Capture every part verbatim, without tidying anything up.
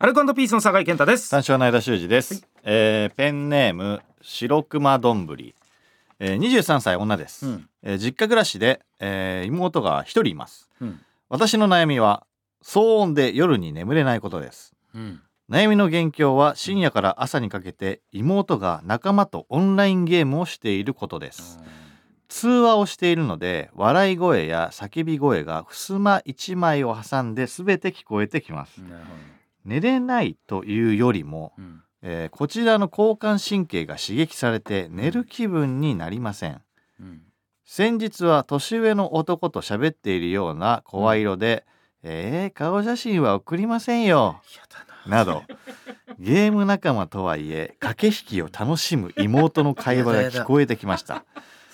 アルコ&ピースの酒井健太です。 三四郎の間修二です、はい。えー、ペンネーム白熊どんぶり、えー、にじゅうさんさい女です、うんえー、実家暮らしで、えー、妹が一人います、うん、私の悩みは騒音で夜に眠れないことです、うん、悩みの元凶は深夜から朝にかけて妹が仲間とオンラインゲームをしていることです、うん、通話をしているので笑い声や叫び声が襖一枚を挟んで全て聞こえてきます。なるほど。寝れないというよりも、うんえー、こちらの交感神経が刺激されて寝る気分になりません、うん、先日は年上の男と喋っているような声色で、うん、えー、顔写真は送りませんよなどゲーム仲間とはいえ駆け引きを楽しむ妹の会話が聞こえてきました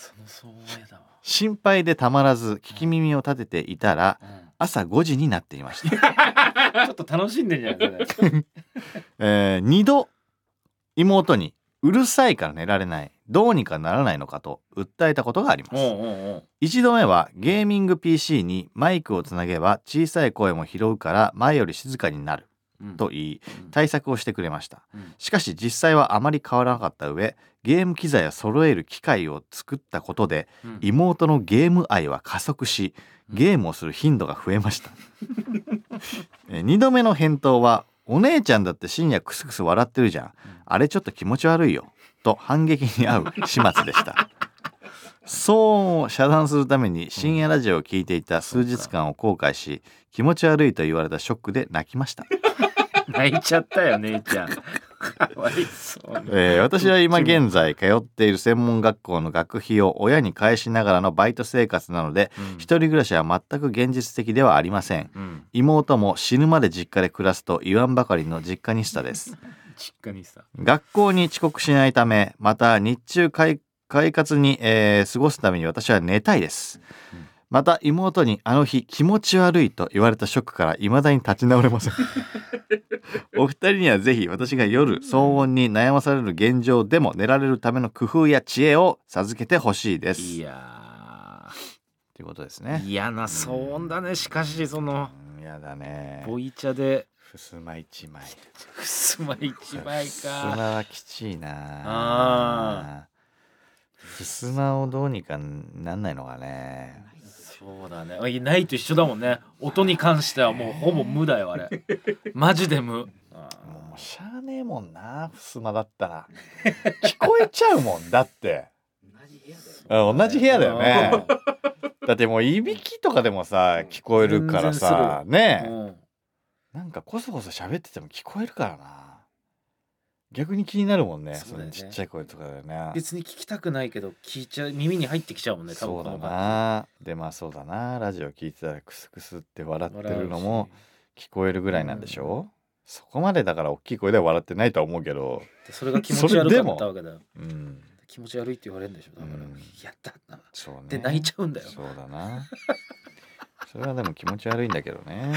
心配でたまらず聞き耳を立てていたら、うん朝ごじになっていましたちょっと楽しんでんじゃないですか、 えー、にど妹にうるさいから寝られないどうにかならないのかと訴えたことがあります。おうおうおう一度目はゲーミング ピーシー にマイクをつなげば小さい声も拾うから前より静かになると言い対策をしてくれました、うん、しかし実際はあまり変わらなかった上ゲーム機材を揃える機械を作ったことで、うん、妹のゲーム愛は加速しゲームをする頻度が増えましたにどめの返答はお姉ちゃんだって深夜クスクス笑ってるじゃん、うん、あれちょっと気持ち悪いよと反撃に遭う始末でした騒音を遮断するために深夜ラジオを聞いていた数日間を後悔し気持ち悪いと言われたショックで泣きました泣いちゃったよ姉ちゃんかわいそうね、 えー、私は今現在通っている専門学校の学費を親に返しながらのバイト生活なので、うん、一人暮らしは全く現実的ではありません、うん、妹も死ぬまで実家で暮らすと言わんばかりの実家ニスタです実家ニスタ学校に遅刻しないためまた日中快快活に、えー、過ごすために私は寝たいです、うんまた妹にあの日気持ち悪いと言われたショックから未だに立ち直れませんお二人にはぜひ私が夜騒音に悩まされる現状でも寝られるための工夫や知恵を授けてほしいです。 いやということですね。 嫌な騒音だね。しかしその嫌だね。 ボイチャで襖一枚襖一枚か襖はきちいなあ襖をどうにかなんないのかね。 そうだね。ないと一緒だもんね。音に関してはもうほぼ無だよあれ。マジで無。もうしゃあねえもんな。襖だったら聞こえちゃうもんだって。同じ部屋だよね。だってもういびきとかでもさ聞こえるからさねえ、うん、なんかコソコソ喋ってても聞こえるからな。逆に気になるもんね。そのちっちゃい声とかだよね。 別に聞きたくないけど聞いちゃう耳に入ってきちゃうもんね。多分そうだな。でまあそうだな。ラジオ聞いてたらクスクスって笑ってるのも聞こえるぐらいなんでしょう、うん、そこまでだから大きい声では笑ってないとは思うけどそれが気持ち悪かったわけだよ、うん、気持ち悪いって言われるんでしょだから、うん、やったなそう、ね、で泣いちゃうんだよ。 そうだなそれはでも気持ち悪いんだけどね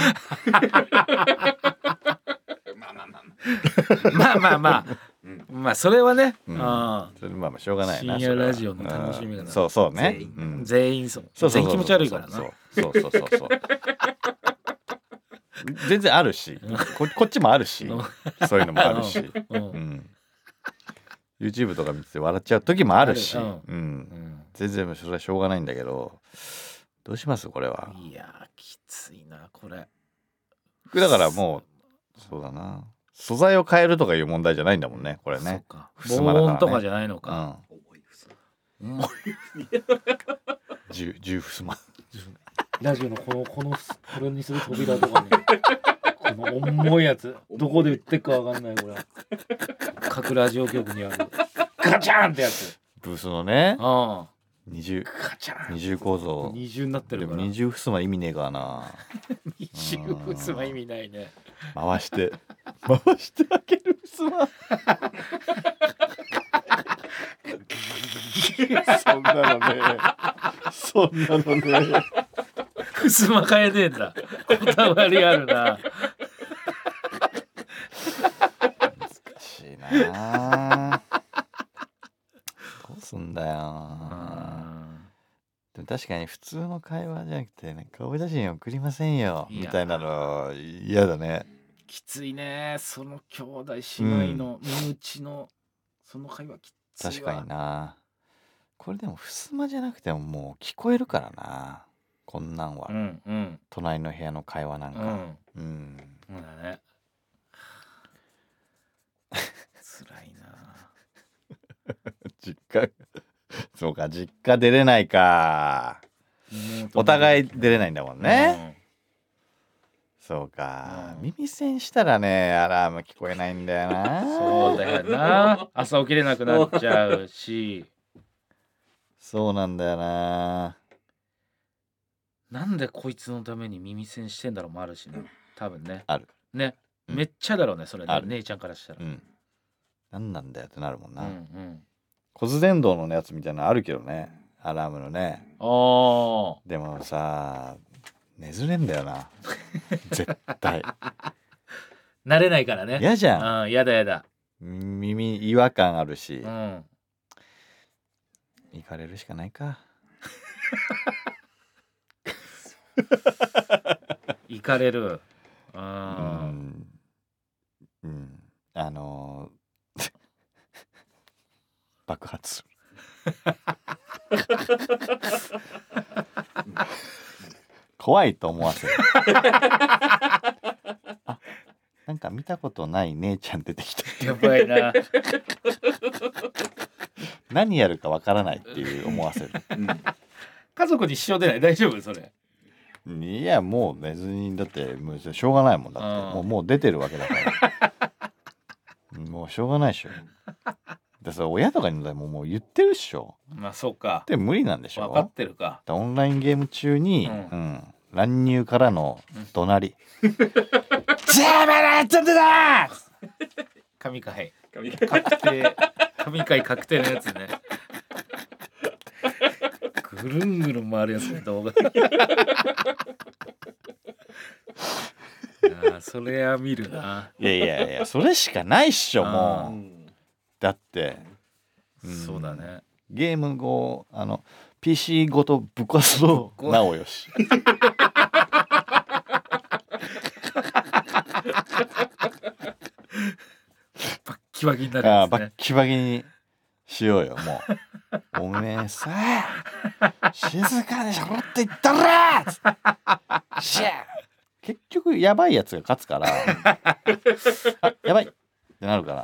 まあまあまあまあそれはね、 うん、あそれまあまあしょうがないな。 深夜ラジオの楽しみが、 うん、そうそうね。 全員、うん、全員そうそうそうそう全員気持ち悪いからな。そうそうそうそうそう全然あるしこ、こっちもあるしそういうのもあるし、うん、YouTube とか見てて笑っちゃう時もあるし、うんうん、全然それはしょうがないんだけどどうしますこれは。 いやきついなこれ。 だからもうそうだな素材を変えるとかいう問題じゃないんだもんねこれね。そうか防音とかじゃないのか。 重い重重襖ラジオのこのこのこれにする扉とかねこの重いやつどこで売ってっかわかんないこれ各ラジオ局にあるガチャンってやつブースのね。 ああ二重二重構造二重になってるから。 でも二重襖意味ねえかな二重襖意味ないね。 回して回して開ける襖そんなのねそんなのね襖変えねえんだ。こだわりあるな。 難しいなどうすんだよ。でも確かに普通の会話じゃなくて、ね、顔写真送りませんよみたいなの嫌だね。 きついねその兄弟姉妹の身内の、うん、その会話きついわ。 確かにな。これでも襖じゃなくてももう聞こえるからなこんなんは、 うんうん、 隣の部屋の会話なんか、うん、うん、 そうだね辛いな実家そうか実家出れないか、お互い出れないんだもんね、うん、そうか、うん、耳栓したらねアラーム聞こえないんだよなそうだよな朝起きれなくなっちゃうしそうなんだよな。 なんでこいつのために耳栓してんだろうもあるしね多分ねあるね、うん、めっちゃだろうねそれね姉ちゃんからしたら、 うん、なんなんだよってなるもんな、 うんうん、 骨伝導のやつみたいなのあるけどねアラームのね。 あでもさ寝ずれんだよな絶対慣れないからね。 嫌じゃん。うん、やだやだ。 耳違和感あるし、 うん、 行かれるしかないか行かれる。 うん、うん、あのー、爆発する怖いと思わせるあ、なんか見たことない姉ちゃん出てきたやばいな何やるかわからないっていう思わせる、うん、 家族に支障出ない大丈夫それ。 いやもう寝ずにだってもうしょうがないもんだってもう、もう出てるわけだからもうしょうがないでしょでそれ親とかにももう言ってるっしょ。 まあそうかで無理なんでしょ。 分かってるか。 オンラインゲーム中に、うんうん、乱入からの怒鳴り、うん、じゃあまだやっちゃってた神回確定神回確定のやつねぐるんぐるん回るやつね動画あそれは見るな。 いやいやいやそれしかないっしょもうだって、 うん、そうだねゲーム後あの ピーシー ごとぶっ壊すとなおよしバッキバキになるやつね。 あバッキバキにしようよもうおめえさ静かにしろって言ったらしゃ結局やばいやつが勝つからあやばいってなるから、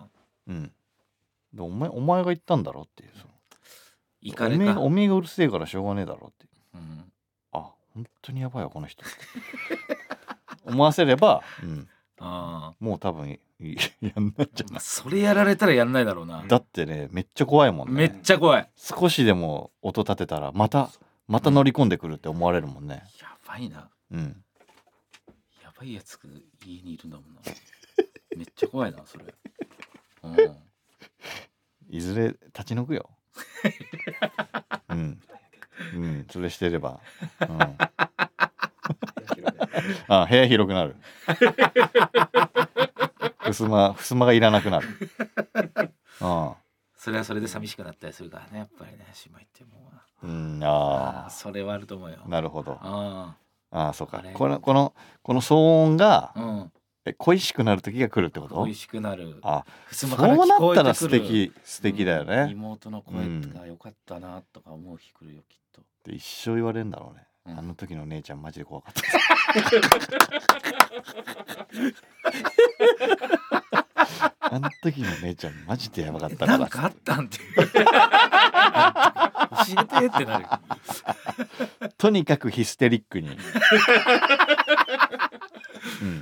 うん、うん、お前お前が言ったんだろっていうそのいかれかおめえがうるせえからしょうがねえだろって、うん、あ本当にやばいわこの人思わせれば、うん、あもう多分やんないんじゃない。 それやられたらやんないだろうな。 だってねめっちゃ怖いもんね。 めっちゃ怖い。 少しでも音立てたらまたまた乗り込んでくるって思われるもんね、 うん、やばいな。うんやばいやつが家にいるんだもんなめっちゃ怖いなそれ、うん、 いずれ立ち退くようんうんそれしてれば、うん、あ部屋広くなる襖襖がいらなくなるあそれはそれで寂しくなったりするからねやっぱりね姉妹ってもううんああそれはあると思うよ。 なるほど。 ああそうかこのこのこの騒音が、うん、え恋しくなる時が来るってこと。 恋しくなる。 あそうなったら素敵素敵だよね、 うん、妹の声とかよかったなとか思う日来るよきっと。 で一生言われるんだろうね、うん、あの時の姉ちゃんマジで怖かったあの時の姉ちゃんマジでやばかったからなんかあったんって教えてってなるとにかくヒステリックに、うん、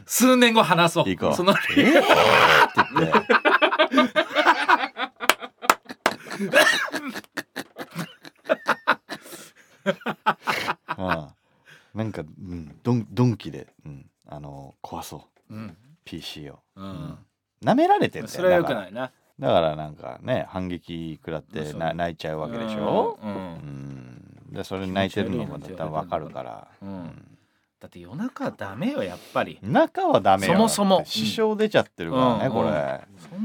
数年後話そう。 いいかそのえー、って言ってああなんか、うん、ドンドンキで、うん、あの壊そう、うん、ピーシー を、うん、舐められてんだよ。 それは良くないな。 だからなんかね反撃食らってな泣いちゃうわけでしょ、うんうん、でそれ泣いてるのもだったら分かるから、うんうん、 だって夜中はダメよやっぱり。 夜中はダメよ。 そもそも支障出ちゃってるからね、うん、これ、うん、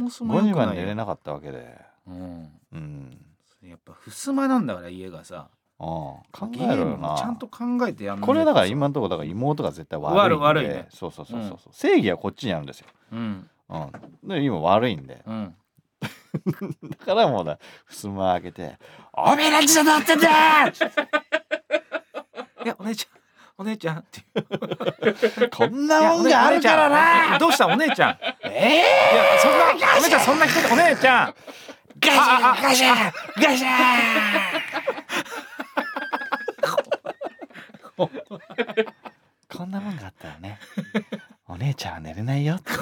そもそもごじまで寝れなかったわけで、 うんうん、やっぱ襖なんだから家がさあ考えゲームろよな。 もちゃんと考えてやんないと。 これだから今のところだから妹が絶対悪いんで。 悪い悪いね。 そうそうそうそう、うん、正義はこっちにあるんですよ。 うんうん、で今悪いんで、うん、だからもうだ襖開けて「おめえら自動乗ってんだよ!」 いやお姉ちゃんお姉ちゃんってこんなもんがあるからな。 どうしたお姉ちゃん。 ええー、いやそんなお姉ちゃんそんな人でお姉ちゃんガシャガシャガシャこんなもんがあったらねお姉ちゃんは寝れないよって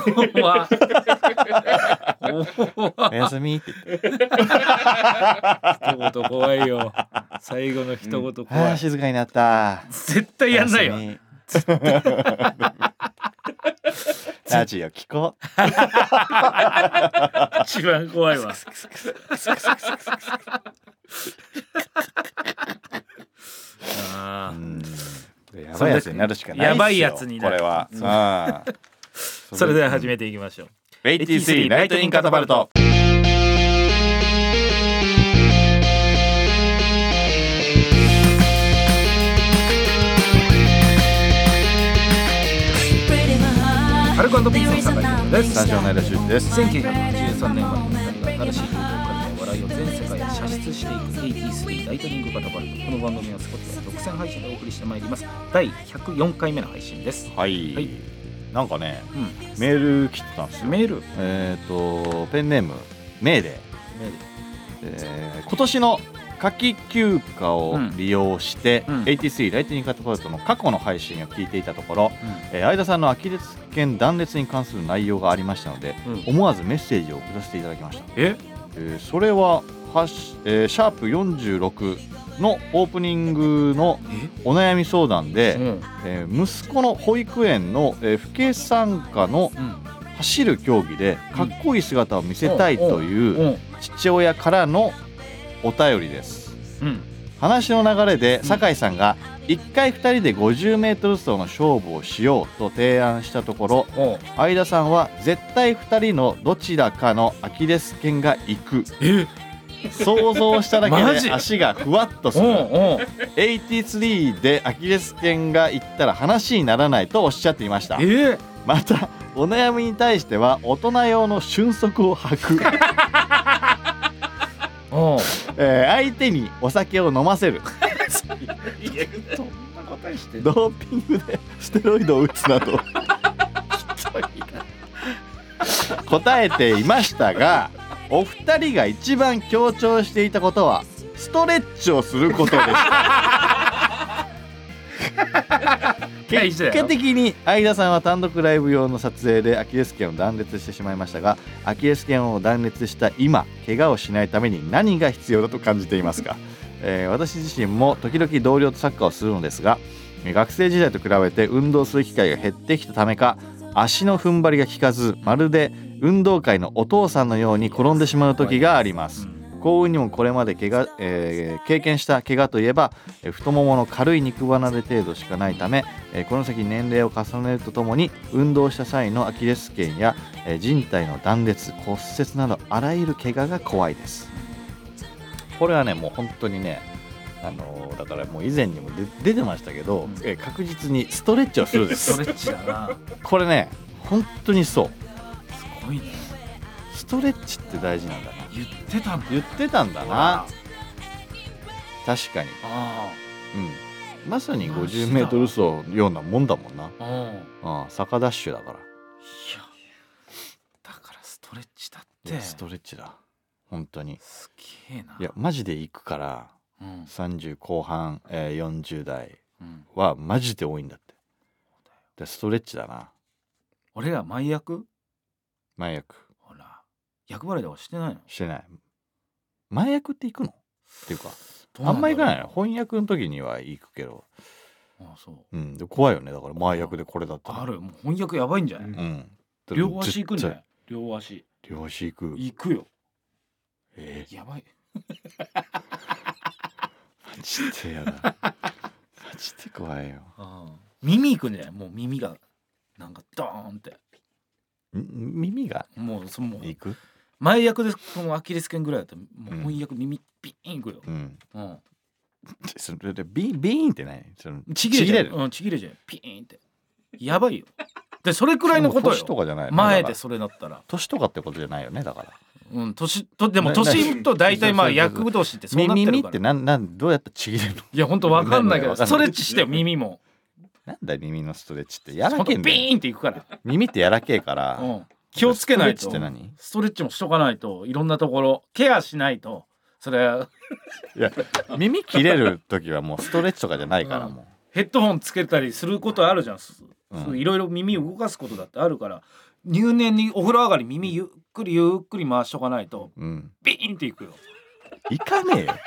おやすみって言って一言怖いよ。最後の一言怖い、うん、 あ静かになった。 絶対やんないよ。 ラジオ聞こう一番怖いわ。あうんやばいやつになるしかないですよ。 やばいやつになるこれは、うん、 それでは始めていきましょう。 エイティースリーライトニングカタパルト。 アルコ&ピースの酒井です。 スタジオの間修二です。 せんきゅうひゃくはちじゅうさんねん生まれのふたりが新しい流行からの笑いを全世界へ射出していく エイティースリー ライトニングカタパルト。この番組は Spotify 独占配信でお送りしてまいります。だいひゃくよんかいめの配信です。 はい、はい、なんかね、うん、メール来てたんですよ。 メールえっ、ー、とペンネームメーデー、えー、今年の夏季休暇を利用して、うん、エイティースリーライトニングカタパルトの過去の配信を聞いていたところ、うんえー、相田さんのアキレス腱断裂に関する内容がありましたので、うん、思わずメッセージを送らせていただきました。 え、 えー、それはハシ、えー、シャープよんじゅうろくのオープニングのお悩み相談で、うんえー、息子の保育園の、えー、不敬参加の走る競技でかっこいい姿を見せたいという父親からのお便りです、うん、話の流れで酒井さんがいっかいふたりで ごじゅうメートル 走の勝負をしようと提案したところ、相田さんは絶対ふたりのどちらかのアキレス腱がいく、 え想像しただけで足がふわっとする。エイティースリーでアキレス腱がいったら話にならないとおっしゃっていました、 えー、 またお悩みに対しては大人用の俊足を履くえー、相手にお酒を飲ませるドーピングでステロイドを打つなど答えていましたが、お二人が一番強調していたことはストレッチをすることでした結果的に相田さんは単独ライブ用の撮影でアキレス腱を断裂してしまいましたが、アキレス腱を断裂した今怪我をしないために何が必要だと感じていますか、えー、私自身も時々同僚とサッカーをするのですが、学生時代と比べて運動する機会が減ってきたためか足の踏ん張りが効かず、まるで運動会のお父さんのように転んでしまう時があります。幸運にもこれまで怪我、えー、経験した怪我といえば、えー、太ももの軽い肉離れ程度しかないため、えー、この先年齢を重ねるとともに運動した際のアキレス腱や、えー、靭帯の断裂骨折などあらゆる怪我が怖いです。これはねもう本当にね、あのー、だからもう以前にも出てましたけど、うん、えー、確実にストレッチをするですストレッチだなこれね本当にそう、 すごいね、 ストレッチって大事なんだな。 言ってたんだ言ってたんだな。確かに。 あ、 うん、まさに ごじゅうメートル 走のようなもんだもんな。ああ、坂ダッシュだから。いやだからストレッチだって。 ストレッチだ本当に。 すげえな。 いやマジで行くから、うん、さんじゅうこう半、えー、よんじゅう代はマジで多いんだって、うん、でストレッチだな。 俺ら前役前役ほら役払いとかしてないの？ してない。前役って行くのっていうかあんま行かないの。翻訳の時には行くけど。 ああそう、 うん、で怖いよね。だから前役でこれだったらある。もう翻訳やばいんじゃない？うん、両足行くんじゃない？両足両足行く行くよ。 えー、 やばいマジでやだマジで怖いよ。 ああ耳行くんじゃない？もう耳がなんかドーンって耳がもうその行く前役でこのアキレス腱ぐらいだったらもう翻訳耳ピーンいくよ。 うん、うん、 それでビビーンって何そのちぎれちゃうちぎれるうん、ちぎれちゃうピーンってやばいよ。でそれくらいのことよ。 年とかじゃないの前でそれだったら年とかってことじゃないよねだからうん年とでもな年と大体まあな厄年ってそうなってるから。 耳ってなんなんどうやってちぎれるのいやほんとわかんないけどわかんないストレッチしてよ耳も。 なんだ耳のストレッチってやほんとらけんだよピーンっていくから。 耳ってやらけえから、 うん、気をつけないとストレッチって何ストレッチもしとかないといろんなところケアしないとそれいや耳切れる時はもうストレッチとかじゃないからもヘッドホンつけたりすることあるじゃん。 うんいろいろ耳動かすことだってあるから入念にお風呂上がり耳ゆっくりゆっくり回しとかないとう、うん、 ビーンっていくよ。 いかねえよ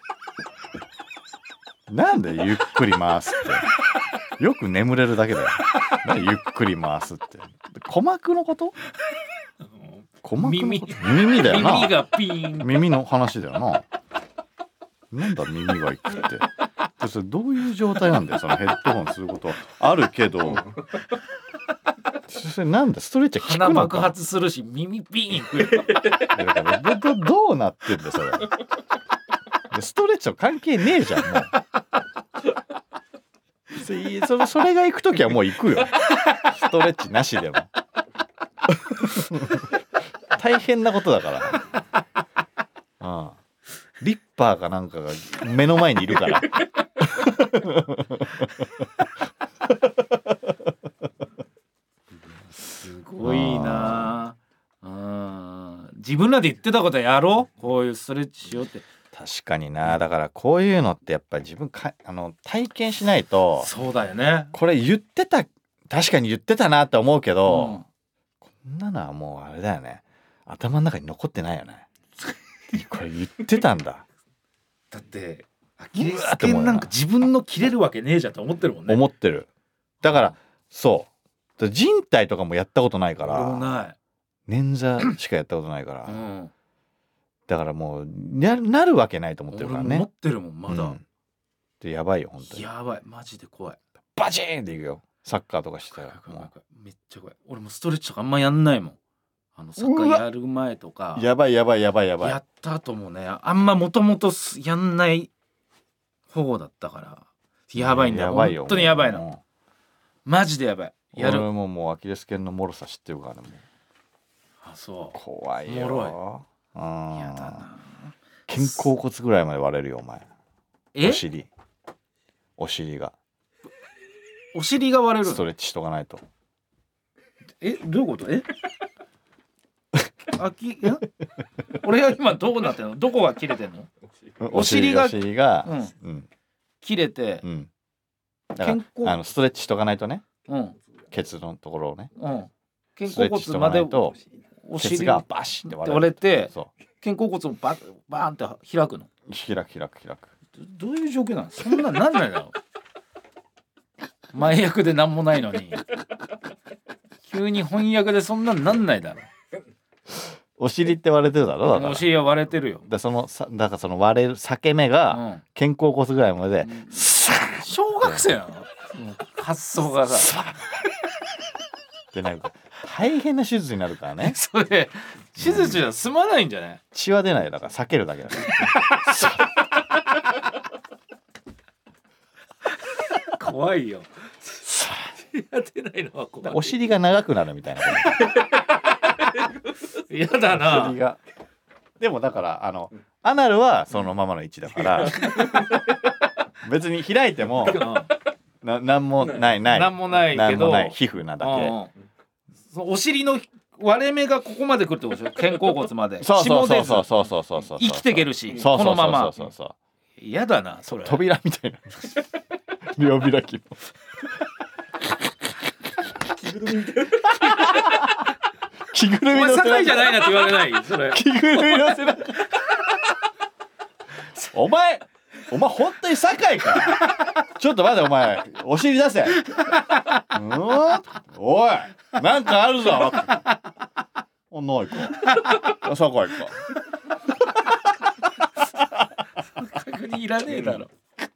なんでゆっくり回すってよく眠れるだけだよなんでゆっくり回すって鼓膜のこと鼓膜のこと耳, 耳だよな耳がピーン耳の話だよななんだ耳がいくってでそれどういう状態なんだよそのヘッドホンすることはあるけどそれなんだストレッチは効くのか鼻爆発するし耳ピーンいくよ。 だからどどどうなってんだよそれでストレッチと関係ねえじゃんもうそれそれそれが行くときはもう行くよストレッチなしでも大変なことだからああリッパーかなんかが目の前にいるからすごいなあ。自分らで言ってたことやろうこういうストレッチしようって。 確かになだからこういうのってやっぱり自分かあの体験しないとそうだよね。 これ言ってた確かに言ってたなって思うけど、 うんこんなのはもうあれだよね頭の中に残ってないよねこれ言ってたんだだってアキレス腱なんか自分の切れるわけねえじゃんと思ってるもんね。 思ってるだからそう人体とかもやったことないか俺もらない捻挫しかやったことないから、 うん、 だからもうななるわけないと思ってるからね俺も持ってるもんまだ、 うん、でやばいよ本当にやばいマジで怖い。 バチーンっていくよサッカーとかしてたらもめっちゃ怖い。俺もストレッチとかあんまやんないもん。あのサッカーやる前とかうやばいやばいやばいやばいやった後もねあんまもともとやんない方だったからやばいんだよ。 やばいよ本当にやばいのもマジでやばい。 うやる俺ももうアキレス腱の脆さ知ってるからねもうあそう怖いよ脆うんやだな。 肩甲骨ぐらいまで割れるよお前えお尻お尻がお尻が割れるストレッチしとかないとえどういうことえあきえ俺は今どうなってんのどこが切れてんのお尻がお尻がうんうん切れてうんだから肩甲あのストレッチしとかないとねうんケツのところをねうん肩ストレ甲ッチしとか骨までないとお尻ケツがバシッて割れる割れてそ肩甲骨をババーンって開くのう開く開く開くどどういう状況なのそんなんなんないだろ前役でなんもないのに急に翻訳でそんなんなんないだろ。 お尻って割れてるだろだからお尻は割れてるよ。 でそのさだからその割れる裂け目が肩甲骨ぐらいまで、 うん、 さ小学生なの発想がさってなるから大変な手術になるからねそれ手術じゃ済まないんじゃない、 血は出ないだから避けるだけだから怖いよ血が出ないのは怖い。 お尻が長くなるみたいなやだな。 お尻がでもだからあのアナルはそのままの位置だから別に開いてもななんもないないなんもないけどなんもない皮膚なだけ、 うんうん、そのお尻の割れ目がここまで来るってことでしょ肩甲骨まで。 そうそうそうそうそうそうそうそう生きていけるしそうそうそうそうこのままそうそうそうやだなそれ。 扉みたいな両開きも着ぐるみみたいな着ぐるみお前の背中酒井じゃないなって言われないそれ。 着ぐるみの背中お前お前本当に酒井かちょっと待ってお前お尻出せうんおいなんかあるぞあないか酒井か確認いらねえだろ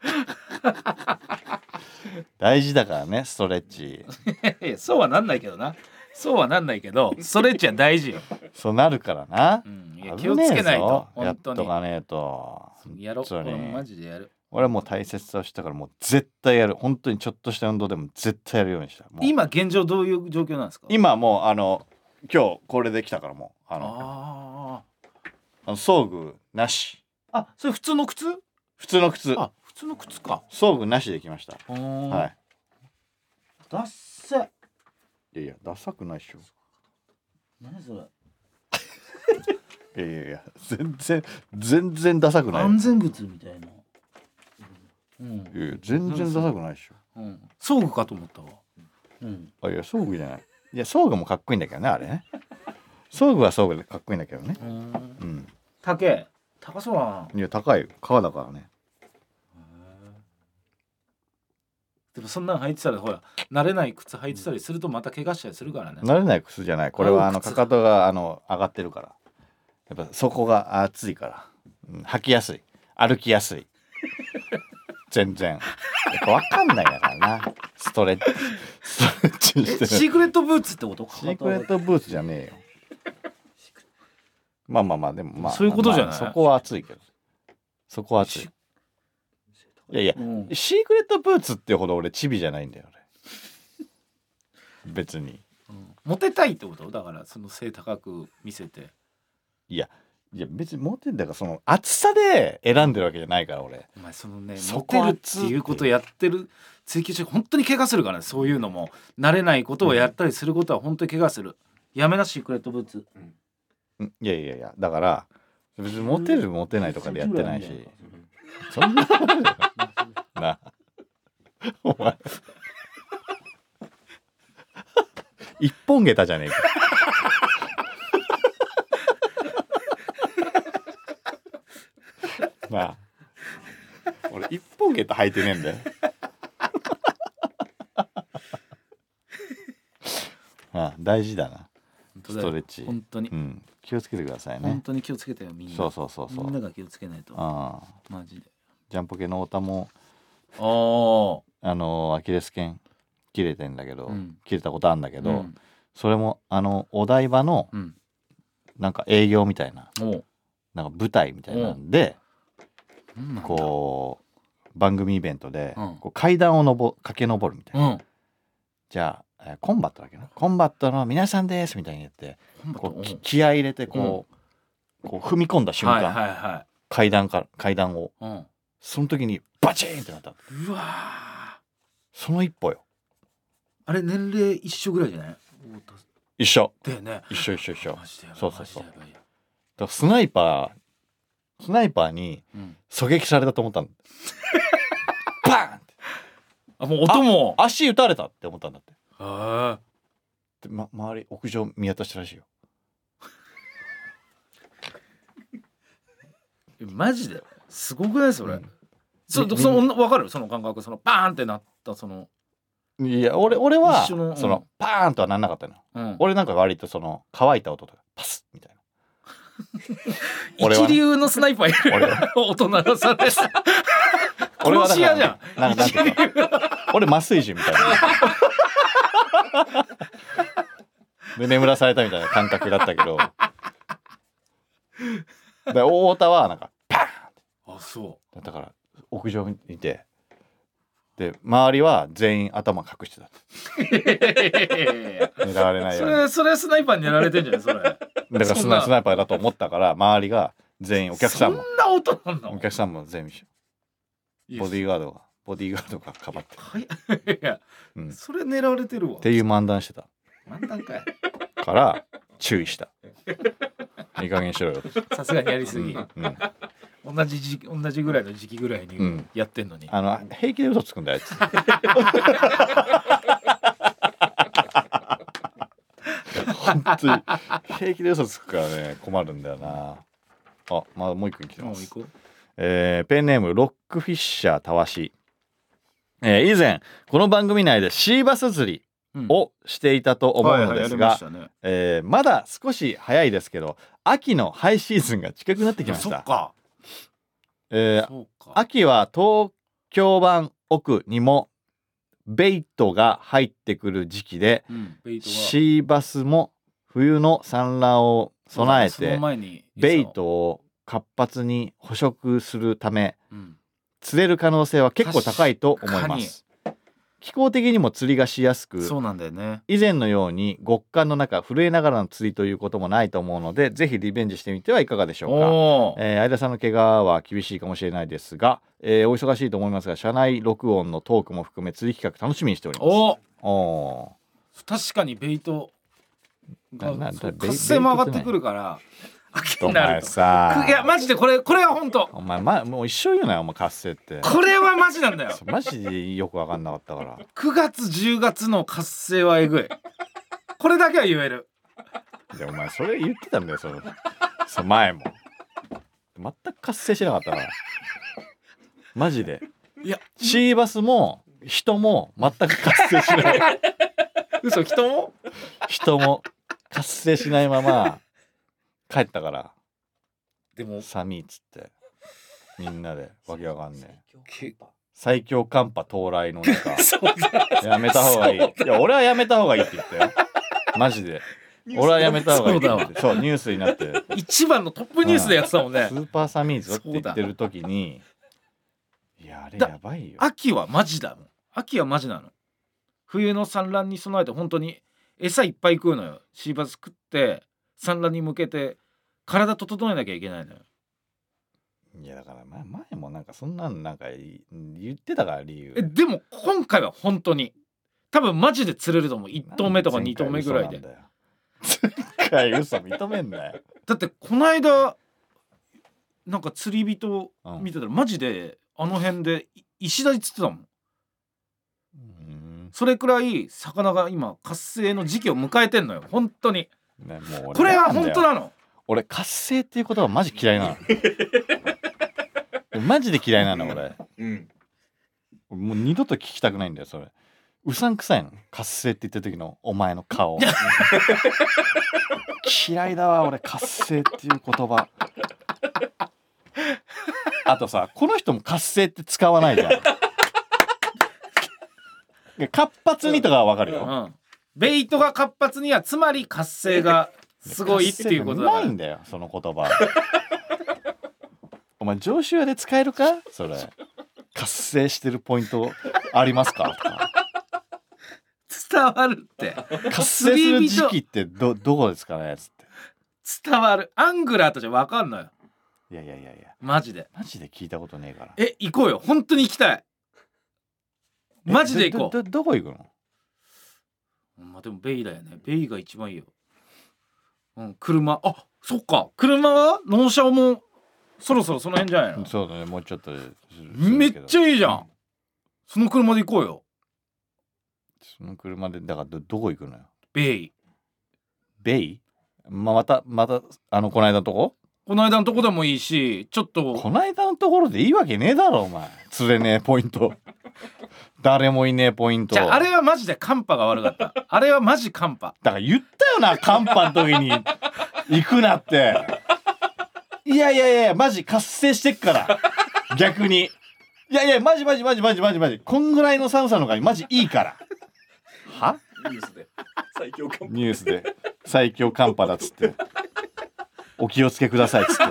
大事だからねストレッチいやそうはなんないけどなそうはなんないけどストレッチは大事よ、 そうなるからな、 うん、いや気をつけないとやっ本当にとかねえとやろうこれ本当にマジでやる俺はもう大切さを知ったからもう絶対やる。本当にちょっとした運動でも絶対やるようにした。もう今現状どういう状況なんですか？ 今もうあの今日これできたからもうあのああの装具なし。 あ、それ普通の靴？ 普通の靴。 あ、普通の靴か。 装具なしできました。 ははい。 ダッセ。 いやいやダサくないっしょ。 何それ。 いやいやいや全然全然ダサくない。 安全靴みたいな。うん。 いやいや全然ダサくないっしょ。 うん。装具かと思ったわ。うん。 あいや装具じゃない。いや装具もかっこいいんだけどねあれね。装具は装具でかっこいいんだけどね。 うん。 うん。 高え。高そうだな。 いや高い革だからね。 でもそんなん履いてたらほら慣れない靴履いてたりするとまた怪我したりするからね。 慣れない靴じゃない。これはあのかかとがあの上がってるから。やっぱ底が厚いから、うん、履きやすい、歩きやすい。全然。やっぱ分かんないだからな。ストレッチストレッチしてる。 シークレットブーツってこと？ シークレットブーツじゃねえよ。まあまあまあでもまあそういうことじゃない、 まあ、そこは熱いけどそこは熱い。いやいや、うん、シークレットブーツってほど俺チビじゃないんだよ俺。別に、 うん、モテたいってことだからその背高く見せて。 いやいや別にモテんだからその厚さで選んでるわけじゃないから俺。 お前そのねモテるっていうことをやってる追求して本当に怪我するからね。そういうのも慣れないことをやったりすることは本当に怪我する。やめなシークレットブーツ。 うん、いやいやいやだから別にモテるモテないとかでやってないしそんななお前一本下駄じゃねえか。なあ俺一本下駄履いてねえんだよ。ああ大事だなストレッチ。 本当に、 うん、気をつけてくださいね。 本当に気をつけてよみんな。 そうそうそうそう。 みんなが気をつけないと。 ああマジで。 ジャンポケの太田もああのアキレス腱切れてんだけど、うん、切れたことあるんだけど、うん、それもあのお台場の、うん、なんか営業みたいな、なんか舞台みたいなんで、んこう番組イベントで、うん、こう階段をのぼ駆け上るみたいな、うん、じゃあコンバットだけどコンバットの皆さんですみたいに言ってこう気合い入れてこう、こう踏み込んだ瞬間、はいはいはい、階段から階段を、うん、その時にバチーンってなった。 うわその一歩よ。 あれ年齢一緒ぐらいじゃない？ 一緒だよね。 一緒一緒一緒。そうそうそう。だからスナイパースナイパーに狙撃されたと思ったの。バーンって。 あもう音も足撃たれたって思ったんだって。 ああ。 で、ま、周り屋上見渡したらしいよ。 マジですごくないそれ、うん、そその分かるその感覚そのバーンってなったそのいや俺俺はその、うん、パーンとはなんなかったの、うん、俺なんか割とその乾いた音とかパスッみたいな一流のスナイパーいる大人のそれ俺は殺し屋じゃんなんかなんていうか俺麻酔銃みたいなで眠らされたみたいな感覚だったけどで太田はなんかパーンってあそうだから屋上にいてで周りは全員頭隠してた狙われないように。 それそれスナイパーにやられてんじゃないそれだからスナ、スナイパーだと思ったから周りが全員お客さんもそんな音なんだお客さんも全員ボディーガードがボディーガードがかばっていや、うん、それ狙われてるわっていう漫談してた漫談かいから注意したいい加減しろよさすがにやりすぎ、うんうん、同じ時同じぐらいの時期ぐらいにやってんのに、うん、 あの平気で嘘つくんだよ本当に平気で嘘つくからね困るんだよなあ。まだもう一個来てます、えー、ペンネームロックフィッシャーたわし、えー、以前この番組内でシーバス釣りをしていたと思うのですが、まだ少し早いですけど秋のハイシーズンが近くなってきました。 そっか、 えー、秋は東京湾奥にもベイトが入ってくる時期で、うん、シーバスも冬の産卵を備えてベイトを活発に捕食するため、うん、 釣れる可能性は結構高いと思います。気候的にも釣りがしやすく、 そうなんだよね。 以前のように極寒の中震えながらの釣りということもないと思うので、ぜひリベンジしてみてはいかがでしょうか。えー、相田さんの怪我は厳しいかもしれないですが、えー、お忙しいと思いますが、車内録音のトークも含め釣り企画楽しみにしております。 おお確かにベイトが活ベイ性も上がってくるから秋になると。 お前さ、 いやマジでこれこれは本当。 お前、ま、もう一生言うなよお前活性って。 これはマジなんだよ。 マジでよく分かんなかったから。 くがつじゅうがつの活性はえぐい。これだけは言える。 いやお前それ言ってたんだよそのその前も。全く活性しなかったからマジで。 いやシーバスも人も全く活性しない嘘人も人も活性しないまま帰ったから。 でも寒いっつってみんなでわけわかんねえ最強寒波到来の中やめた方がいい。いや俺はやめた方がいいって言ったよマジで。俺はやめた方がいいって言って。そうニュースになって一番のトップニュースでやってたもんね、 うん、スーパー寒いぞって言ってる時にいやあれやばいよ。 秋はマジだもん。秋はマジなの。冬の産卵に備えて本当に餌いっぱい食うのよ。シーバス食って産卵に向けて体整えなきゃいけないのよ。 いやだから前もなんかそんなんなんか言ってたから理由。 えでも今回は本当に多分マジで釣れると思う。いち投目とかに投目ぐらいで。 前回嘘認めんなよ。 だってこの間なんか釣り人見てたら、うん、マジであの辺で石鯛釣ってたもん。うん、それくらい魚が今活性の時期を迎えてんのよ本当に、ね、もうこれは本当なの。 俺活性っていう言葉マジ嫌いなのマジで嫌いなの俺、うん、もう二度と聞きたくないんだよそれ。うさんくさいの活性って言ってる時のお前の顔嫌いだわ俺活性っていう言葉。あとさこの人も活性って使わないじゃん活発にとかは分かるよ、うん、 ベイトが活発にはつまり活性がすごいっていうことだから。 ないんだよその言葉お前上州屋で使えるかそれ。活性してるポイントありますかとか伝わるって。 活性する時期ってどどこですかねつって伝わる。アングラーとじゃ分かんのよ。 いやいやいやいやマジでマジで聞いたことねえから。 え行こうよ本当に行きたい。マジで行こう。 ど, ど, どこ行くの。 まあでもベイだよね。ベイが一番いいよ。うん、車。あそっか車は納車もそろそろその辺じゃないの。 そうだねもうちょっとでめっちゃいいじゃん、うん、その車で行こうよ。 その車でだから ど, どこ行くのよ。 ベイベイ、まあ、またまたあのこの間のとここの間のとこでもいいしちょっとこの間のところでいいわけねえだろお前。釣れねえポイント誰もいねえポイント。 じゃああれはマジで寒波が悪かった。あれはマジ寒波だから言ったよな寒波の時に行くなっていやいやいやマジ活性してっから逆にいやいやマジマジマジマジマジマジこんぐらいの寒さのがマジいいからはニュースで最強寒波ニュースで最強寒波だっつってお気をつけくださいっつって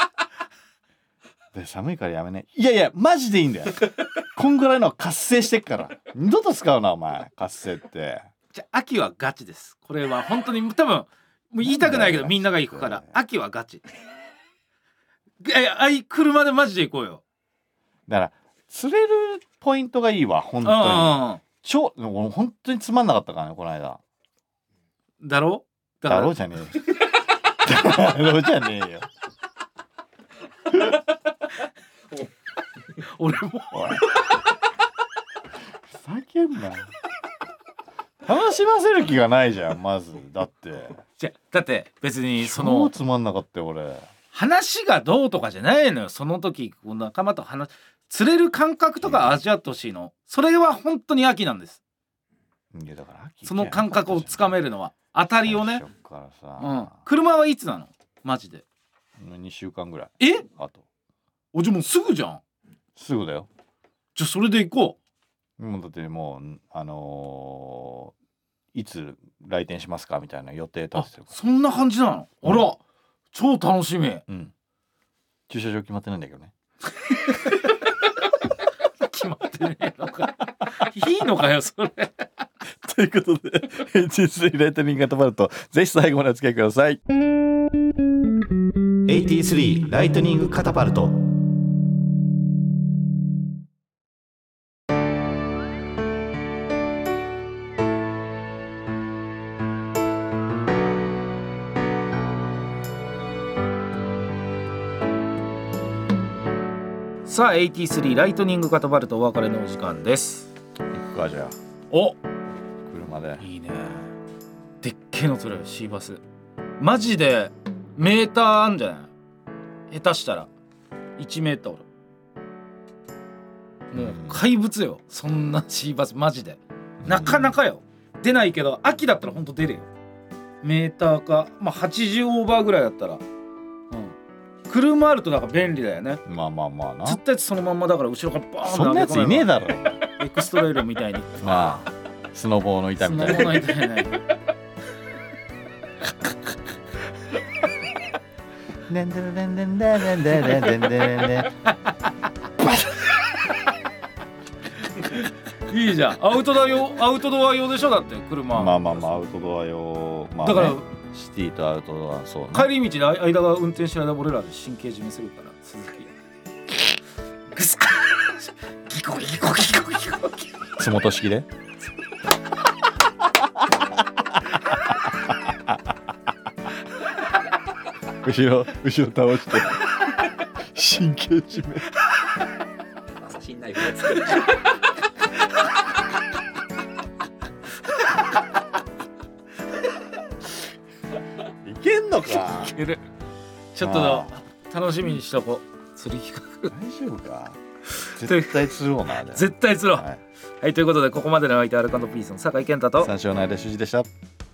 で寒いからやめね。いやいやマジでいいんだよこんぐらいの活性してっから二度と使うなお前活性って。 じゃあ秋はガチです。これは本当に多分もう言いたくないけどみんなが行くから秋はガチ。えあい車でマジで行こうよ。 だから釣れるポイントがいいわ本当に。超本当につまんなかったからねこの間。 だろだからだろじゃねえよだろじゃねえよ俺もふざけんな楽しませる気がないじゃんまず。だってじゃだって別にその超つまんなかったよ俺。 話がどうとかじゃないのよ。その時仲間と話釣れる感覚とか味わってほしいの。それは本当に秋なんです。 いやだから秋その感覚をつかめるのは当たりをね。 からさ、 うん、車はいつなのマジで。 にしゅうかんぐらい。 えあとおじゃもうすぐじゃん。 すぐだよ。 じゃあそれで行こう。もうだってもうあのー、いつ来店しますかみたいな予定立ててるから。 そんな感じなの。あら、うん、超楽しみ。 うん。駐車場決まってないんだけどね決まってねえのかいいのかよそれということで エイティースリー ライトニングカタパルト、ぜひ最後までお付き合いください。エイティースリー ライトニングカタパルト。 さあ エイティースリー ライトニングカタパルトお別れのお時間です。 行くかじゃあ。 お車でいいね。でっけえの取れる C バスマジでメーターあんじゃない、下手したらいちメートル、もう怪物よそんな C バスマジでなかなかよ。出ないけど秋だったらほんと出るよ。メーターか、まあ、はちじゅうオーバーぐらいだったら、うん、車あるとなんか便利だよね。 まあまあまあな。 釣ったやつそのまんまだから後ろからバーンとそんなやついねえだろエクストレイルみたいにまあスノボーの板みたいな。 スノボーの板みたいなでんでんでんでんでんでんでんでんでんでんでんいいじゃん。アウトドア用、アウトドア用でしょだって車。 まあまあまあアウトドア用、まあね、 だからシティとアウトドアそう、ね、 帰り道で間が運転しないで俺らで神経締めするから鈴木グスカギコギコギコギコギコつもと式で後ろ後ろ倒して神経締めアサシンナイフで作るいけんのか。 いける。ちょっと楽しみにしとこう釣り企画。 大丈夫か。絶対釣ろうな。 絶対釣ろう。 はい、 はい、ということでここまでの相手アルカンドピースの酒井健太と三照の間修二でした。